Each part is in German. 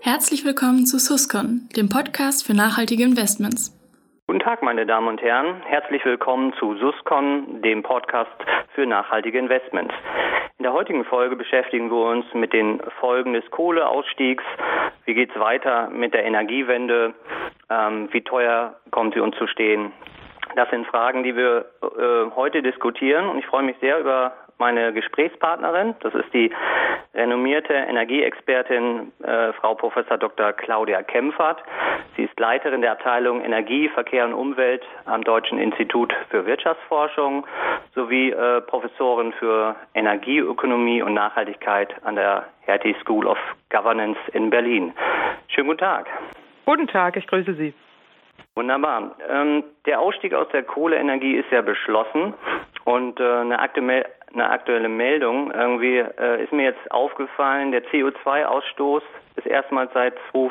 Herzlich willkommen zu Suscon, dem Podcast für nachhaltige Investments. Guten Tag, meine Damen und Herren. Herzlich willkommen zu Suscon, dem Podcast für nachhaltige Investments. In der heutigen Folge beschäftigen wir uns mit den Folgen des Kohleausstiegs. Wie geht es weiter mit der Energiewende? Wie teuer kommt sie uns zu stehen? Das sind Fragen, die wir heute diskutieren, und ich freue mich sehr über meine Gesprächspartnerin. Das ist die renommierte Energieexpertin Frau Prof. Dr. Claudia Kempfert. Sie ist Leiterin der Abteilung Energie, Verkehr und Umwelt am Deutschen Institut für Wirtschaftsforschung sowie Professorin für Energieökonomie und Nachhaltigkeit an der Hertie School of Governance in Berlin. Schönen guten Tag. Guten Tag, ich grüße Sie. Wunderbar. Der Ausstieg aus der Kohleenergie ist ja beschlossen, und eine aktuelle Meldung irgendwie ist mir jetzt aufgefallen: der CO2-Ausstoß ist erstmals seit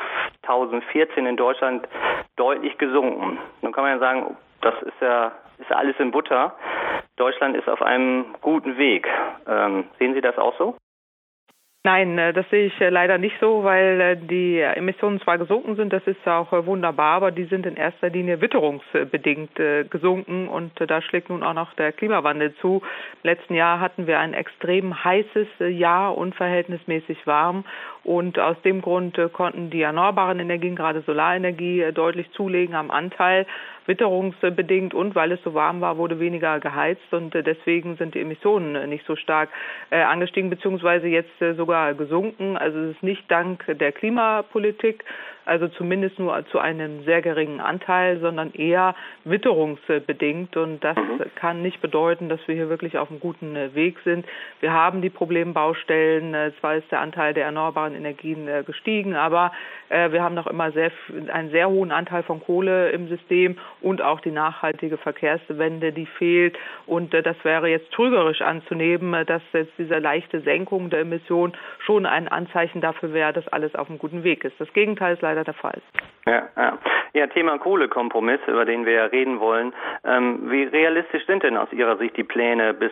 2014 in Deutschland deutlich gesunken. Nun kann man ja sagen, das ist alles in Butter. Deutschland ist auf einem guten Weg. Sehen Sie das auch so? Nein, das sehe ich leider nicht so, weil die Emissionen zwar gesunken sind, das ist auch wunderbar, aber die sind in erster Linie witterungsbedingt gesunken, und da schlägt nun auch noch der Klimawandel zu. Im letzten Jahr hatten wir ein extrem heißes Jahr, unverhältnismäßig warm, und aus dem Grund konnten die erneuerbaren Energien, gerade Solarenergie, deutlich zulegen am Anteil, witterungsbedingt, und weil es so warm war, wurde weniger geheizt, und deswegen sind die Emissionen nicht so stark angestiegen, beziehungsweise jetzt sogar gesunken. Also es ist nicht dank der Klimapolitik, also zumindest nur zu einem sehr geringen Anteil, sondern eher witterungsbedingt, und das kann nicht bedeuten, dass wir hier wirklich auf einem guten Weg sind. Wir haben die Problembaustellen, zwar ist der Anteil der erneuerbaren Energien gestiegen, aber wir haben noch immer einen sehr hohen Anteil von Kohle im System und auch die nachhaltige Verkehrswende, die fehlt, und das wäre jetzt trügerisch anzunehmen, dass jetzt diese leichte Senkung der Emissionen schon ein Anzeichen dafür wäre, dass alles auf einem guten Weg ist. Das Gegenteil ist leider der Fall. Ja, Thema Kohlekompromiss, über den wir ja reden wollen. Wie realistisch sind denn aus Ihrer Sicht die Pläne, bis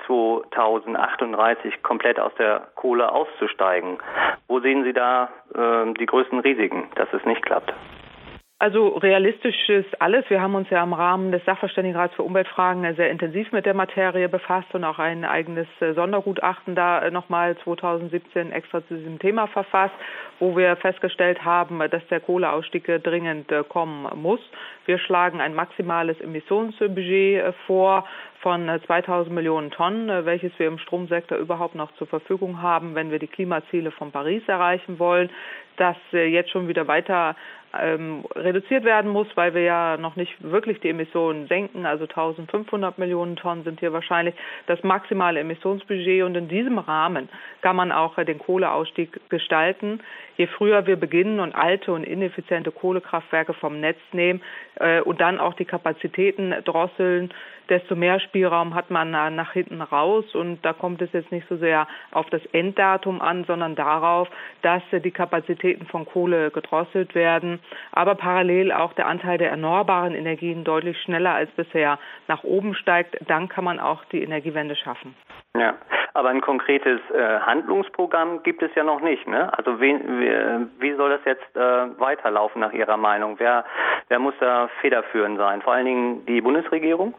2038 komplett aus der Kohle auszusteigen? Wo sehen Sie da die größten Risiken, dass es nicht klappt? Also realistisch ist alles. Wir haben uns ja im Rahmen des Sachverständigenrats für Umweltfragen sehr intensiv mit der Materie befasst und auch ein eigenes Sondergutachten da nochmal 2017 extra zu diesem Thema verfasst, wo wir festgestellt haben, dass der Kohleausstieg dringend kommen muss. Wir schlagen ein maximales Emissionsbudget vor von 2000 Millionen Tonnen, welches wir im Stromsektor überhaupt noch zur Verfügung haben, wenn wir die Klimaziele von Paris erreichen wollen. Das jetzt schon wieder weiter reduziert werden muss, weil wir ja noch nicht wirklich die Emissionen senken. Also 1500 Millionen Tonnen sind hier wahrscheinlich das maximale Emissionsbudget, und in diesem Rahmen kann man auch den Kohleausstieg gestalten. Je früher wir beginnen und alte und ineffiziente Kohlekraftwerke vom Netz nehmen und dann auch die Kapazitäten drosseln, desto mehr Spielraum hat man nach hinten raus, und da kommt es jetzt nicht so sehr auf das Enddatum an, sondern darauf, dass die Kapazitäten von Kohle gedrosselt werden, aber parallel auch der Anteil der erneuerbaren Energien deutlich schneller als bisher nach oben steigt. Dann kann man auch die Energiewende schaffen. Ja, aber ein konkretes Handlungsprogramm gibt es ja noch nicht, ne? Also wie soll das jetzt weiterlaufen nach Ihrer Meinung? Wer muss da federführend sein? Vor allen Dingen die Bundesregierung?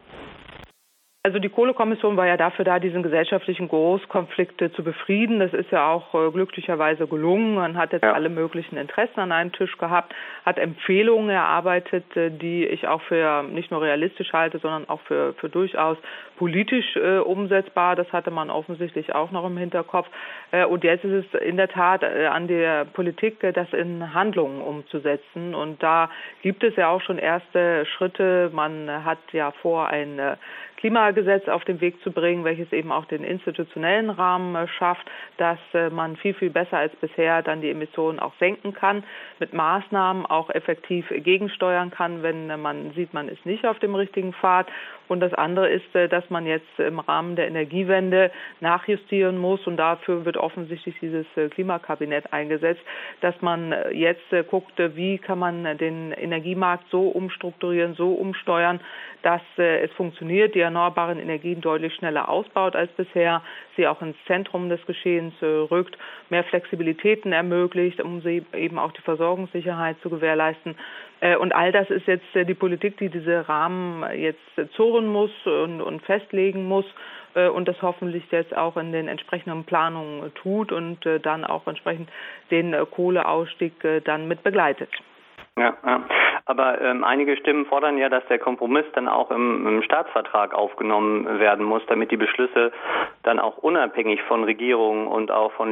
Also die Kohlekommission war ja dafür da, diesen gesellschaftlichen Großkonflikt zu befrieden. Das ist ja auch glücklicherweise gelungen. Man hat jetzt alle möglichen Interessen an einem Tisch gehabt, hat Empfehlungen erarbeitet, die ich auch für nicht nur realistisch halte, sondern auch für durchaus politisch umsetzbar. Das hatte man offensichtlich auch noch im Hinterkopf. Und jetzt ist es in der Tat an der Politik, das in Handlungen umzusetzen. Und da gibt es ja auch schon erste Schritte. Man hat ja vor, ein Klimagesetz auf den Weg zu bringen, welches eben auch den institutionellen Rahmen schafft, dass man viel, viel besser als bisher dann die Emissionen auch senken kann, mit Maßnahmen auch effektiv gegensteuern kann, wenn man sieht, man ist nicht auf dem richtigen Pfad. Und das andere ist, dass man jetzt im Rahmen der Energiewende nachjustieren muss. Und dafür wird offensichtlich dieses Klimakabinett eingesetzt, dass man jetzt guckt, wie kann man den Energiemarkt so umstrukturieren, so umsteuern, dass es funktioniert, die erneuerbaren Energien deutlich schneller ausbaut als bisher, sie auch ins Zentrum des Geschehens rückt, mehr Flexibilitäten ermöglicht, um sie eben auch die Versorgungssicherheit zu gewährleisten. Und all das ist jetzt die Politik, die diese Rahmen jetzt zurren muss und festlegen muss und das hoffentlich jetzt auch in den entsprechenden Planungen tut und dann auch entsprechend den Kohleausstieg dann mit begleitet. Ja. Aber einige Stimmen fordern ja, dass der Kompromiss dann auch im Staatsvertrag aufgenommen werden muss, damit die Beschlüsse dann auch unabhängig von Regierungen und auch von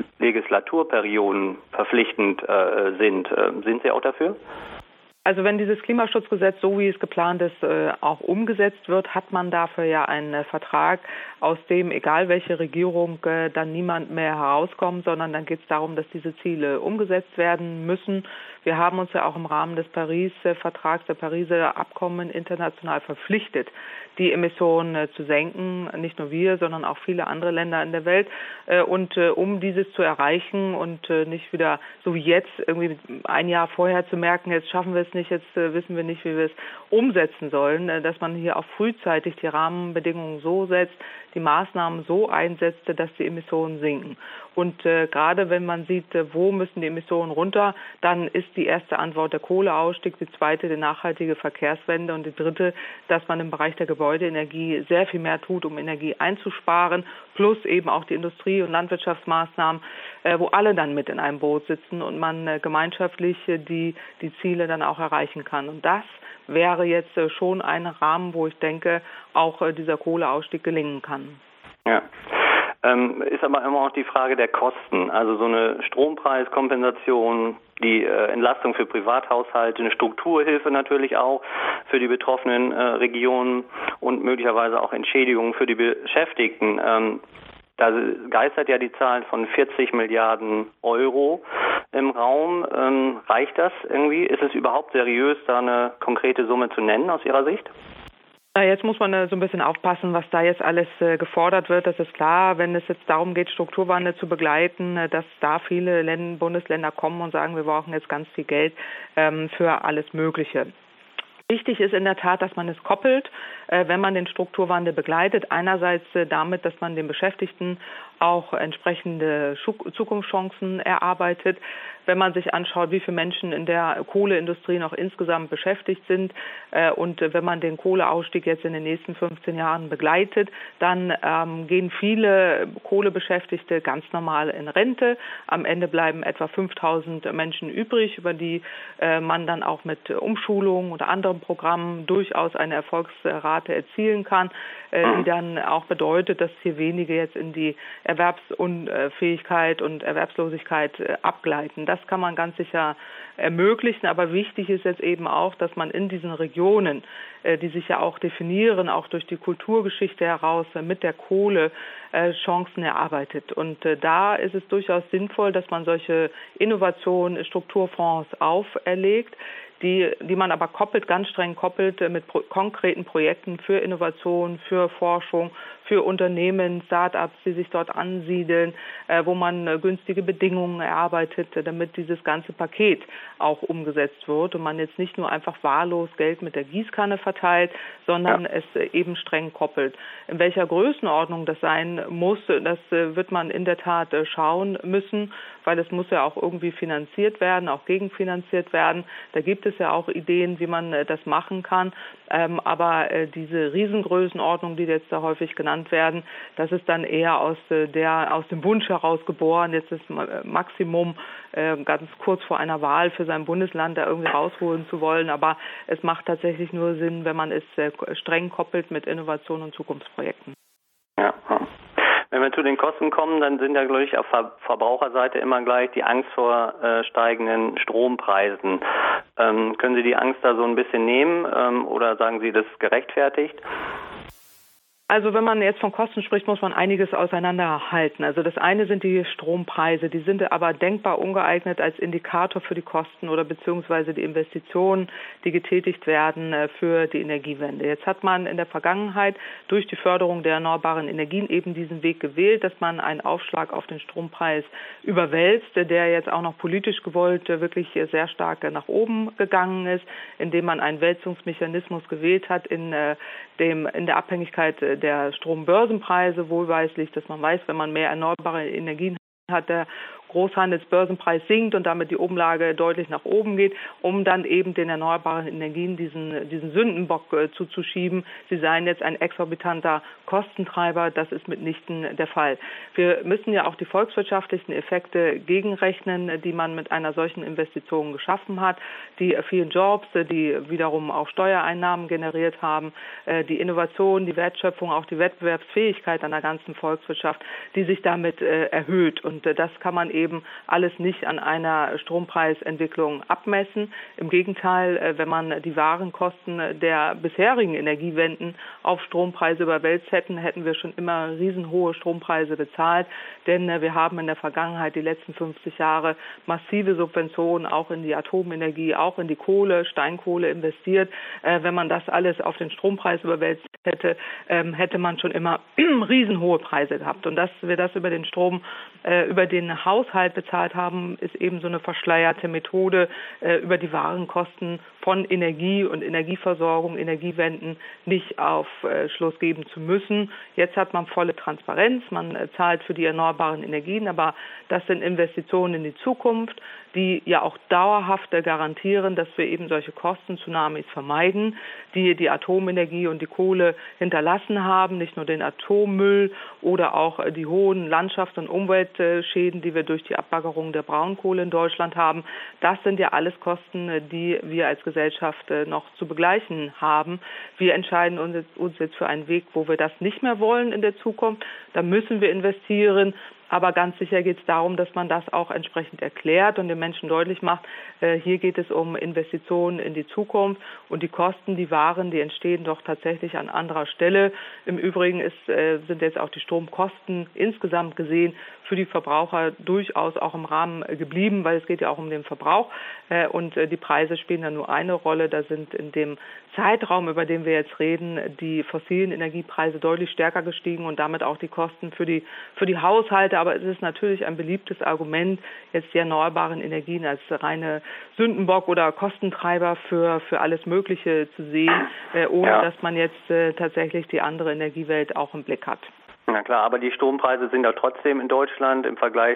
Legislaturperioden verpflichtend sind. Sind Sie auch dafür? Also wenn dieses Klimaschutzgesetz, so wie es geplant ist, auch umgesetzt wird, hat man dafür ja einen Vertrag, aus dem, egal welche Regierung, dann niemand mehr herauskommt, sondern dann geht es darum, dass diese Ziele umgesetzt werden müssen. Wir haben uns ja auch im Rahmen des Paris-Vertrags, der Pariser Abkommen international verpflichtet, die Emissionen zu senken. Nicht nur wir, sondern auch viele andere Länder in der Welt. Und um dieses zu erreichen und nicht wieder so wie jetzt irgendwie ein Jahr vorher zu merken, jetzt schaffen wir es nicht, jetzt wissen wir nicht, wie wir es umsetzen sollen, dass man hier auch frühzeitig die Rahmenbedingungen so setzt, die Maßnahmen so einsetzt, dass die Emissionen sinken. Und gerade wenn man sieht, wo müssen die Emissionen runter, dann ist die erste Antwort der Kohleausstieg, die zweite die nachhaltige Verkehrswende und die dritte, dass man im Bereich der Gebäudeenergie sehr viel mehr tut, um Energie einzusparen, plus eben auch die Industrie- und Landwirtschaftsmaßnahmen, wo alle dann mit in einem Boot sitzen und man gemeinschaftlich die Ziele dann auch erreichen kann. Und das wäre jetzt schon ein Rahmen, wo ich denke, auch dieser Kohleausstieg gelingen kann. Ja. Ist aber immer auch die Frage der Kosten. Also so eine Strompreiskompensation, die Entlastung für Privathaushalte, eine Strukturhilfe natürlich auch für die betroffenen Regionen und möglicherweise auch Entschädigungen für die Beschäftigten. Da geistert ja die Zahl von 40 Milliarden Euro im Raum. Reicht das irgendwie? Ist es überhaupt seriös, da eine konkrete Summe zu nennen aus Ihrer Sicht? Jetzt muss man so ein bisschen aufpassen, was da jetzt alles gefordert wird. Das ist klar, wenn es jetzt darum geht, Strukturwandel zu begleiten, dass da viele Bundesländer kommen und sagen, wir brauchen jetzt ganz viel Geld für alles Mögliche. Wichtig ist in der Tat, dass man es koppelt, wenn man den Strukturwandel begleitet. Einerseits damit, dass man den Beschäftigten auch entsprechende Zukunftschancen erarbeitet. Wenn man sich anschaut, wie viele Menschen in der Kohleindustrie noch insgesamt beschäftigt sind und wenn man den Kohleausstieg jetzt in den nächsten 15 Jahren begleitet, dann gehen viele Kohlebeschäftigte ganz normal in Rente. Am Ende bleiben etwa 5.000 Menschen übrig, über die man dann auch mit Umschulungen oder anderen Programmen durchaus eine Erfolgsrate erzielen kann, die dann auch bedeutet, dass hier wenige jetzt in die Erwerbsunfähigkeit und Erwerbslosigkeit abgleiten. Das kann man ganz sicher ermöglichen, aber wichtig ist jetzt eben auch, dass man in diesen Regionen, die sich ja auch definieren, auch durch die Kulturgeschichte heraus mit der Kohle Chancen erarbeitet. Und da ist es durchaus sinnvoll, dass man solche Innovationen, Strukturfonds auferlegt, die man aber ganz streng koppelt mit konkreten Projekten für Innovation, für Forschung, für Unternehmen, Start-ups, die sich dort ansiedeln, wo man günstige Bedingungen erarbeitet, damit dieses ganze Paket auch umgesetzt wird und man jetzt nicht nur einfach wahllos Geld mit der Gießkanne verteilt, sondern es eben streng koppelt. In welcher Größenordnung das sein muss, das wird man in der Tat schauen müssen, weil es muss ja auch irgendwie finanziert werden, auch gegenfinanziert werden. Da gibt es ja auch Ideen, wie man das machen kann. Aber diese Riesengrößenordnung, die jetzt da häufig genannt werden, das ist dann eher aus dem Wunsch heraus geboren. Jetzt ist Maximum ganz kurz vor einer Wahl für sein Bundesland da irgendwie rausholen zu wollen. Aber es macht tatsächlich nur Sinn, wenn man es streng koppelt mit Innovation und Zukunftsprojekten. Ja. Wenn wir zu den Kosten kommen, dann sind ja, glaube ich, auf Verbraucherseite immer gleich die Angst vor steigenden Strompreisen. Können Sie die Angst da so ein bisschen nehmen oder sagen Sie, das ist gerechtfertigt? Also wenn man jetzt von Kosten spricht, muss man einiges auseinanderhalten. Also das eine sind die Strompreise, die sind aber denkbar ungeeignet als Indikator für die Kosten oder beziehungsweise die Investitionen, die getätigt werden für die Energiewende. Jetzt hat man in der Vergangenheit durch die Förderung der erneuerbaren Energien eben diesen Weg gewählt, dass man einen Aufschlag auf den Strompreis überwälzt, der jetzt auch noch politisch gewollt wirklich sehr stark nach oben gegangen ist, indem man einen Wälzungsmechanismus gewählt hat in der Abhängigkeit der Strombörsenpreise, wohlweislich, dass man weiß, wenn man mehr erneuerbare Energien hat, der Großhandelsbörsenpreis sinkt und damit die Umlage deutlich nach oben geht, um dann eben den erneuerbaren Energien diesen Sündenbock zuzuschieben. Sie seien jetzt ein exorbitanter Kostentreiber. Das ist mitnichten der Fall. Wir müssen ja auch die volkswirtschaftlichen Effekte gegenrechnen, die man mit einer solchen Investition geschaffen hat. Die vielen Jobs, die wiederum auch Steuereinnahmen generiert haben, die Innovation, die Wertschöpfung, auch die Wettbewerbsfähigkeit einer ganzen Volkswirtschaft, die sich damit erhöht. Und das kann man eben alles nicht an einer Strompreisentwicklung abmessen. Im Gegenteil, wenn man die Warenkosten der bisherigen Energiewenden auf Strompreise überwälzt hätten, hätten wir schon immer riesenhohe Strompreise bezahlt. Denn wir haben in der Vergangenheit, die letzten 50 Jahre, massive Subventionen auch in die Atomenergie, auch in die Kohle, Steinkohle investiert. Wenn man das alles auf den Strompreis überwälzt hätte, hätte man schon immer riesenhohe Preise gehabt. Und dass wir das über den Strom, über den Haushalt bezahlt haben, ist eben so eine verschleierte Methode, über die Warenkosten von Energie und Energieversorgung, Energiewenden nicht Aufschluss geben zu müssen. Jetzt hat man volle Transparenz, man zahlt für die erneuerbaren Energien, aber das sind Investitionen in die Zukunft, die ja auch dauerhaft garantieren, dass wir eben solche Kosten-Tsunamis vermeiden, die die Atomenergie und die Kohle hinterlassen haben, nicht nur den Atommüll oder auch die hohen Landschafts- und Umweltschäden, die wir durch die Abbaggerung der Braunkohle in Deutschland haben. Das sind ja alles Kosten, die wir als Gesellschaft noch zu begleichen haben. Wir entscheiden uns jetzt für einen Weg, wo wir das nicht mehr wollen in der Zukunft. Da müssen wir investieren. Aber ganz sicher geht es darum, dass man das auch entsprechend erklärt und den Menschen deutlich macht, hier geht es um Investitionen in die Zukunft und die Kosten, die Waren, die entstehen doch tatsächlich an anderer Stelle. Im Übrigen sind jetzt auch die Stromkosten insgesamt gesehen für die Verbraucher durchaus auch im Rahmen geblieben, weil es geht ja auch um den Verbrauch und die Preise spielen da nur eine Rolle. Da sind in dem Zeitraum, über den wir jetzt reden, die fossilen Energiepreise deutlich stärker gestiegen und damit auch die Kosten für die Haushalte. Aber es ist natürlich ein beliebtes Argument, jetzt die erneuerbaren Energien als reine Sündenbock oder Kostentreiber für alles Mögliche zu sehen, ohne dass man jetzt tatsächlich die andere Energiewelt auch im Blick hat. Na klar, aber die Strompreise sind ja trotzdem in Deutschland im Vergleich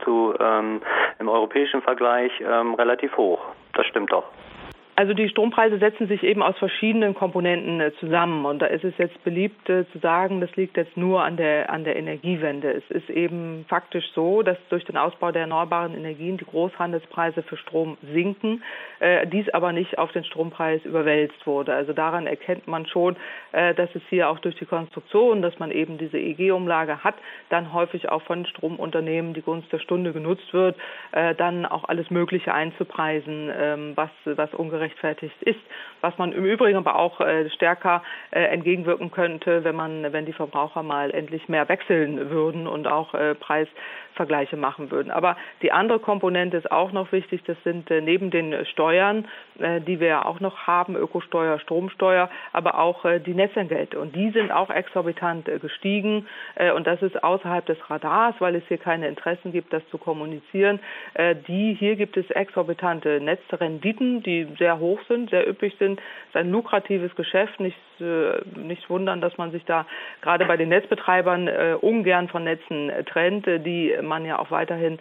im europäischen Vergleich relativ hoch. Das stimmt doch. Also die Strompreise setzen sich eben aus verschiedenen Komponenten zusammen und da ist es jetzt beliebt zu sagen, das liegt jetzt nur an der Energiewende. Es ist eben faktisch so, dass durch den Ausbau der erneuerbaren Energien die Großhandelspreise für Strom sinken, dies aber nicht auf den Strompreis überwälzt wurde. Also daran erkennt man schon, dass es hier auch durch die Konstruktion, dass man eben diese EEG-Umlage hat, dann häufig auch von Stromunternehmen die Gunst der Stunde genutzt wird, dann auch alles Mögliche einzupreisen, was ungerechtfertigt ist, was man im Übrigen aber auch stärker entgegenwirken könnte, wenn die Verbraucher mal endlich mehr wechseln würden und auch Preisvergleiche machen würden. Aber die andere Komponente ist auch noch wichtig, das sind neben den Steuern, die wir ja auch noch haben, Ökosteuer, Stromsteuer, aber auch die Netzentgelte. Und die sind auch exorbitant gestiegen und das ist außerhalb des Radars, weil es hier keine Interessen gibt, das zu kommunizieren. Hier gibt es exorbitante Netzrenditen, die sehr hoch sind, sehr üppig sind. Es ist ein lukratives Geschäft, nicht wundern, dass man sich da gerade bei den Netzbetreibern ungern von Netzen trennt, die man ja auch weiterhin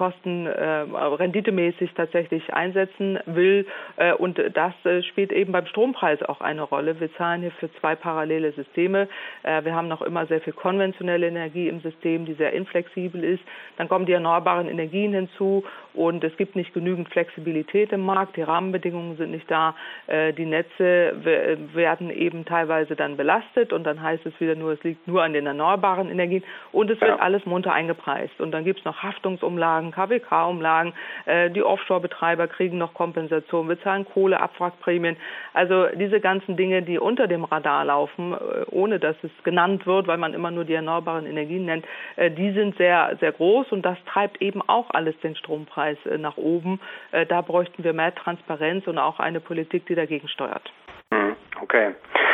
renditemäßig tatsächlich einsetzen will. Und das spielt eben beim Strompreis auch eine Rolle. Wir zahlen hier für zwei parallele Systeme. Wir haben noch immer sehr viel konventionelle Energie im System, die sehr inflexibel ist. Dann kommen die erneuerbaren Energien hinzu und es gibt nicht genügend Flexibilität im Markt. Die Rahmenbedingungen sind nicht da. Die Netze werden eben teilweise dann belastet und dann heißt es wieder nur, es liegt nur an den erneuerbaren Energien und es wird alles munter eingepreist. Und dann gibt es noch Haftungsumlagen, Umlagen, KWK-Umlagen, die Offshore-Betreiber kriegen noch Kompensation, wir zahlen Kohleabwrackprämien. Also diese ganzen Dinge, die unter dem Radar laufen, ohne dass es genannt wird, weil man immer nur die erneuerbaren Energien nennt, die sind sehr, sehr groß und das treibt eben auch alles den Strompreis nach oben. Da bräuchten wir mehr Transparenz und auch eine Politik, die dagegen steuert. Okay.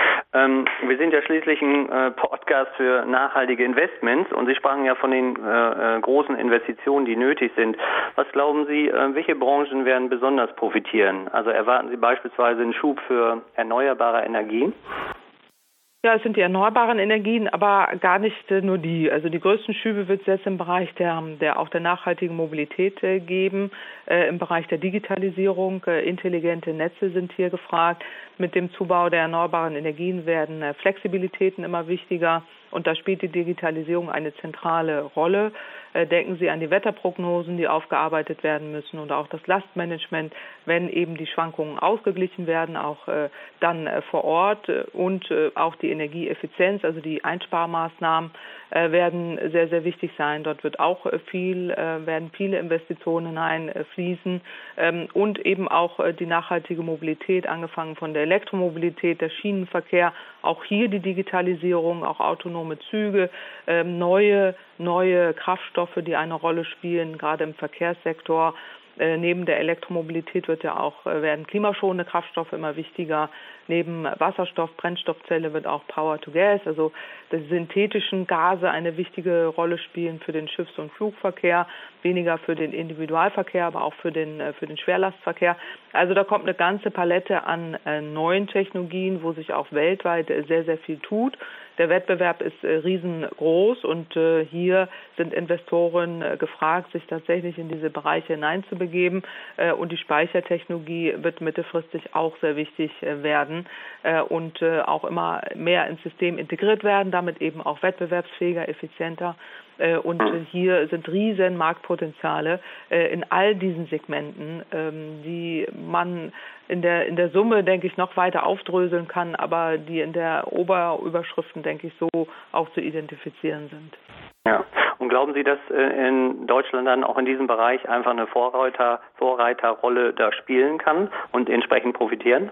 Wir sind ja schließlich ein Podcast für nachhaltige Investments und Sie sprachen ja von den großen Investitionen, die nötig sind. Was glauben Sie, welche Branchen werden besonders profitieren? Also erwarten Sie beispielsweise einen Schub für erneuerbare Energien? Ja, es sind die erneuerbaren Energien, aber gar nicht nur die. Also die größten Schübe wird es jetzt im Bereich der nachhaltigen Mobilität geben, im Bereich der Digitalisierung. Intelligente Netze sind hier gefragt. Mit dem Zubau der erneuerbaren Energien werden Flexibilitäten immer wichtiger und da spielt die Digitalisierung eine zentrale Rolle. Denken Sie an die Wetterprognosen, die aufgearbeitet werden müssen und auch das Lastmanagement, wenn eben die Schwankungen ausgeglichen werden, auch dann vor Ort und auch die Energieeffizienz, also die Einsparmaßnahmen werden sehr, sehr wichtig sein. Dort wird auch werden viele Investitionen hineinfließen und eben auch die nachhaltige Mobilität, angefangen von der Elektromobilität, der Schienenverkehr, auch hier die Digitalisierung, auch autonome Züge, neue Kraftstoffe, die eine Rolle spielen, gerade im Verkehrssektor. Neben der Elektromobilität werden klimaschonende Kraftstoffe immer wichtiger. Neben Wasserstoff, Brennstoffzelle wird auch Power to Gas, also die synthetischen Gase, eine wichtige Rolle spielen für den Schiffs- und Flugverkehr, weniger für den Individualverkehr, aber auch für den Schwerlastverkehr. Also da kommt eine ganze Palette an neuen Technologien, wo sich auch weltweit sehr, sehr viel tut. Der Wettbewerb ist riesengroß und hier sind Investoren gefragt, sich tatsächlich in diese Bereiche hineinzubegeben. Und die Speichertechnologie wird mittelfristig auch sehr wichtig werden und auch immer mehr ins System integriert werden, damit eben auch wettbewerbsfähiger, effizienter. Und hier sind riesen Marktpotenziale in all diesen Segmenten, die man in der Summe, denke ich, noch weiter aufdröseln kann, aber die in der Oberüberschriften, denke ich, so auch zu identifizieren sind. Ja, und glauben Sie, dass in Deutschland dann auch in diesem Bereich einfach eine Vorreiterrolle da spielen kann und entsprechend profitieren?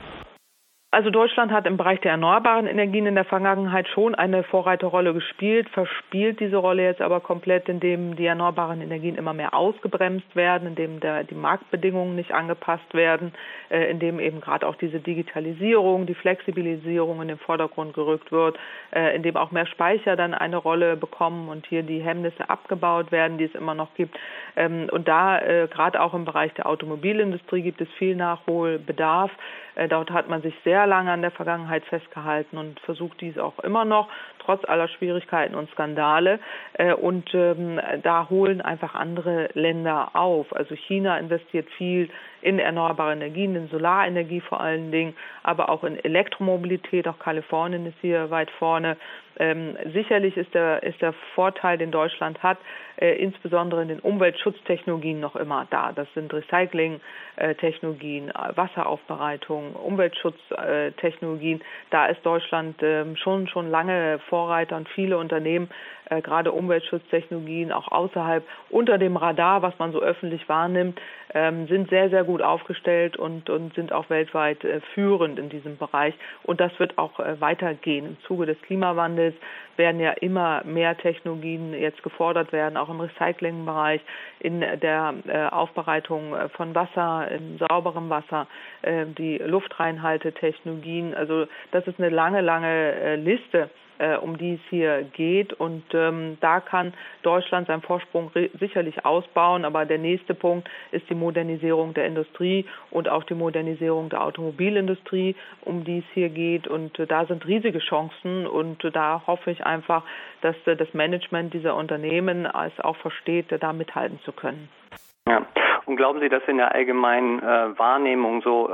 Also Deutschland hat im Bereich der erneuerbaren Energien in der Vergangenheit schon eine Vorreiterrolle gespielt, verspielt diese Rolle jetzt aber komplett, indem die erneuerbaren Energien immer mehr ausgebremst werden, indem die Marktbedingungen nicht angepasst werden, indem eben gerade auch diese Digitalisierung, die Flexibilisierung in den Vordergrund gerückt wird, indem auch mehr Speicher dann eine Rolle bekommen und hier die Hemmnisse abgebaut werden, die es immer noch gibt. Und da gerade auch im Bereich der Automobilindustrie gibt es viel Nachholbedarf. Dort hat man sich sehr lange an der Vergangenheit festgehalten und versucht dies auch immer noch, trotz aller Schwierigkeiten und Skandale. Und da holen einfach andere Länder auf. Also China investiert viel in erneuerbare Energien, in Solarenergie vor allen Dingen, aber auch in Elektromobilität. Auch Kalifornien ist hier weit vorne. Sicherlich ist der Vorteil, den Deutschland hat, insbesondere in den Umweltschutztechnologien noch immer da. Das sind Recycling-Technologien, Wasseraufbereitung, Umweltschutztechnologien. Da ist Deutschland schon lange Vorreiter und viele Unternehmen, gerade Umweltschutztechnologien, auch außerhalb unter dem Radar, was man so öffentlich wahrnimmt, sind sehr, sehr gut aufgestellt und sind auch weltweit führend in diesem Bereich. Und das wird auch weitergehen. Im Zuge des Klimawandels werden ja immer mehr Technologien jetzt gefordert werden, auch im Recyclingbereich, in der Aufbereitung von Wasser, in sauberem Wasser, die Luftreinhaltetechnologien. Also das ist eine lange Liste, um die es hier geht. Und da kann Deutschland seinen Vorsprung sicherlich ausbauen. Aber der nächste Punkt ist die Modernisierung der Industrie und auch die Modernisierung der Automobilindustrie, um die es hier geht. Und da sind riesige Chancen. Und da hoffe ich einfach, dass das Management dieser Unternehmen es auch versteht, da mithalten zu können. Ja. Und glauben Sie, dass in der allgemeinen Wahrnehmung so,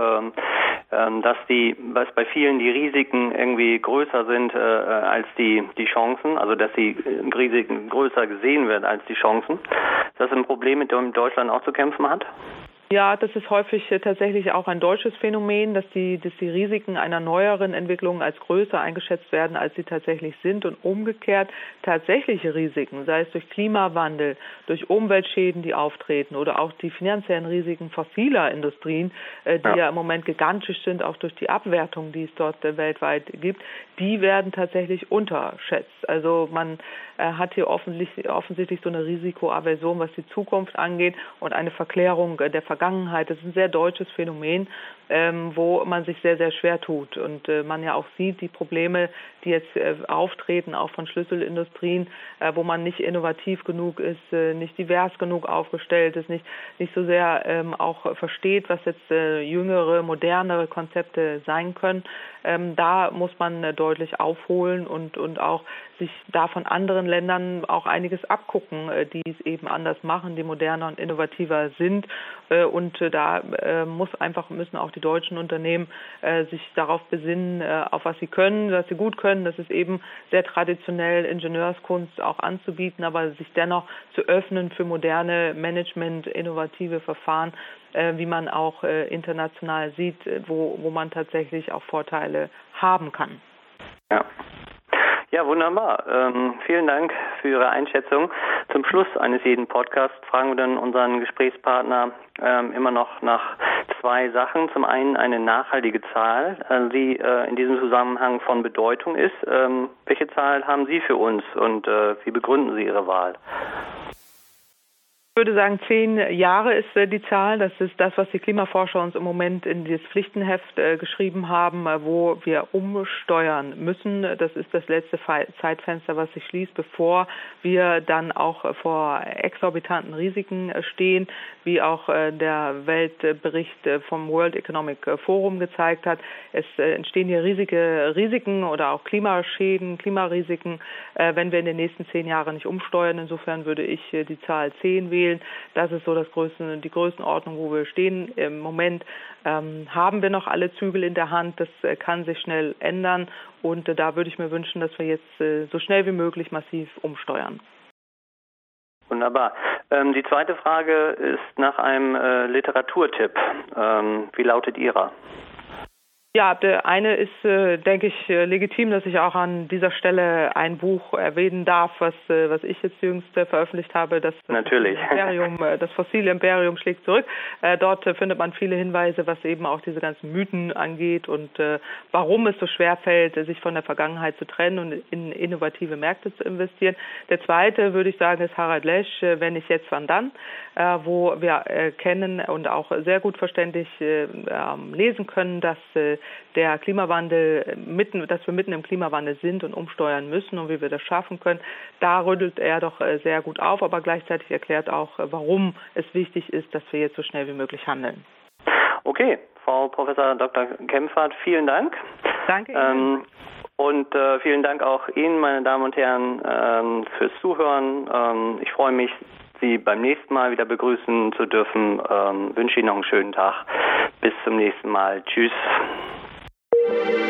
dass bei vielen die Risiken irgendwie größer sind als die Chancen, also dass die Risiken größer gesehen werden als die Chancen? Ist das ein Problem, mit dem Deutschland auch zu kämpfen hat? Ja, das ist häufig tatsächlich auch ein deutsches Phänomen, dass die Risiken einer neueren Entwicklung als größer eingeschätzt werden, als sie tatsächlich sind, und umgekehrt tatsächliche Risiken, sei es durch Klimawandel, durch Umweltschäden, die auftreten, oder auch die finanziellen Risiken fossiler Industrien, die ja im Moment gigantisch sind, auch durch die Abwertung, die es dort weltweit gibt, die werden tatsächlich unterschätzt. Also man hat hier offensichtlich so eine Risikoaversion, was die Zukunft angeht, und eine Verklärung der Vergangenheit. Das ist ein sehr deutsches Phänomen, wo man sich sehr, sehr schwer tut. Und man ja auch sieht, die Probleme, die jetzt auftreten, auch von Schlüsselindustrien, wo man nicht innovativ genug ist, nicht divers genug aufgestellt ist, nicht so sehr auch versteht, was jetzt jüngere, modernere Konzepte sein können. Da muss man deutlich aufholen und auch sich da von anderen Ländern auch einiges abgucken, die es eben anders machen, die moderner und innovativer sind. Und da müssen auch die deutschen Unternehmen sich darauf besinnen, auf was sie können, was sie gut können. Das ist eben sehr traditionell Ingenieurskunst auch anzubieten, aber sich dennoch zu öffnen für moderne Management, innovative Verfahren, wie man auch international sieht, wo man tatsächlich auch Vorteile haben kann. Ja, wunderbar. Vielen Dank für Ihre Einschätzung. Zum Schluss eines jeden Podcasts fragen wir dann unseren Gesprächspartner immer noch nach zwei Sachen. Zum einen eine nachhaltige Zahl, die in diesem Zusammenhang von Bedeutung ist. Welche Zahl haben Sie für uns und wie begründen Sie Ihre Wahl? Ich würde sagen, 10 Jahre ist die Zahl. Das ist das, was die Klimaforscher uns im Moment in dieses Pflichtenheft geschrieben haben, wo wir umsteuern müssen. Das ist das letzte Zeitfenster, was sich schließt, bevor wir dann auch vor exorbitanten Risiken stehen, wie auch der Weltbericht vom World Economic Forum gezeigt hat. Es entstehen hier riesige Risiken oder auch Klimaschäden, Klimarisiken, wenn wir in den nächsten 10 Jahren nicht umsteuern. Insofern würde ich die Zahl 10 wählen. Das ist so die Größenordnung, wo wir stehen. Im Moment haben wir noch alle Zügel in der Hand. Das kann sich schnell ändern. Und da würde ich mir wünschen, dass wir jetzt so schnell wie möglich massiv umsteuern. Wunderbar. Die zweite Frage ist nach einem Literaturtipp. Wie lautet Ihrer? Ja, der eine ist, denke ich, legitim, dass ich auch an dieser Stelle ein Buch erwähnen darf, was ich jetzt jüngst veröffentlicht habe. Natürlich. Das fossile Imperium schlägt zurück. Dort findet man viele Hinweise, was eben auch diese ganzen Mythen angeht und warum es so schwer fällt, sich von der Vergangenheit zu trennen und in innovative Märkte zu investieren. Der zweite, würde ich sagen, ist Harald Lesch, Wenn nicht jetzt, wann dann, wo wir kennen und auch sehr gut verständlich lesen können, dass der Klimawandel dass wir mitten im Klimawandel sind und umsteuern müssen und wie wir das schaffen können. Da rüttelt er doch sehr gut auf, aber gleichzeitig erklärt auch, warum es wichtig ist, dass wir jetzt so schnell wie möglich handeln. Okay, Frau Professor Dr. Kempfert, vielen Dank. Danke Ihnen. Und vielen Dank auch Ihnen, meine Damen und Herren, fürs Zuhören. Ich freue mich, Sie beim nächsten Mal wieder begrüßen zu dürfen. Wünsche Ihnen noch einen schönen Tag. Bis zum nächsten Mal. Tschüss.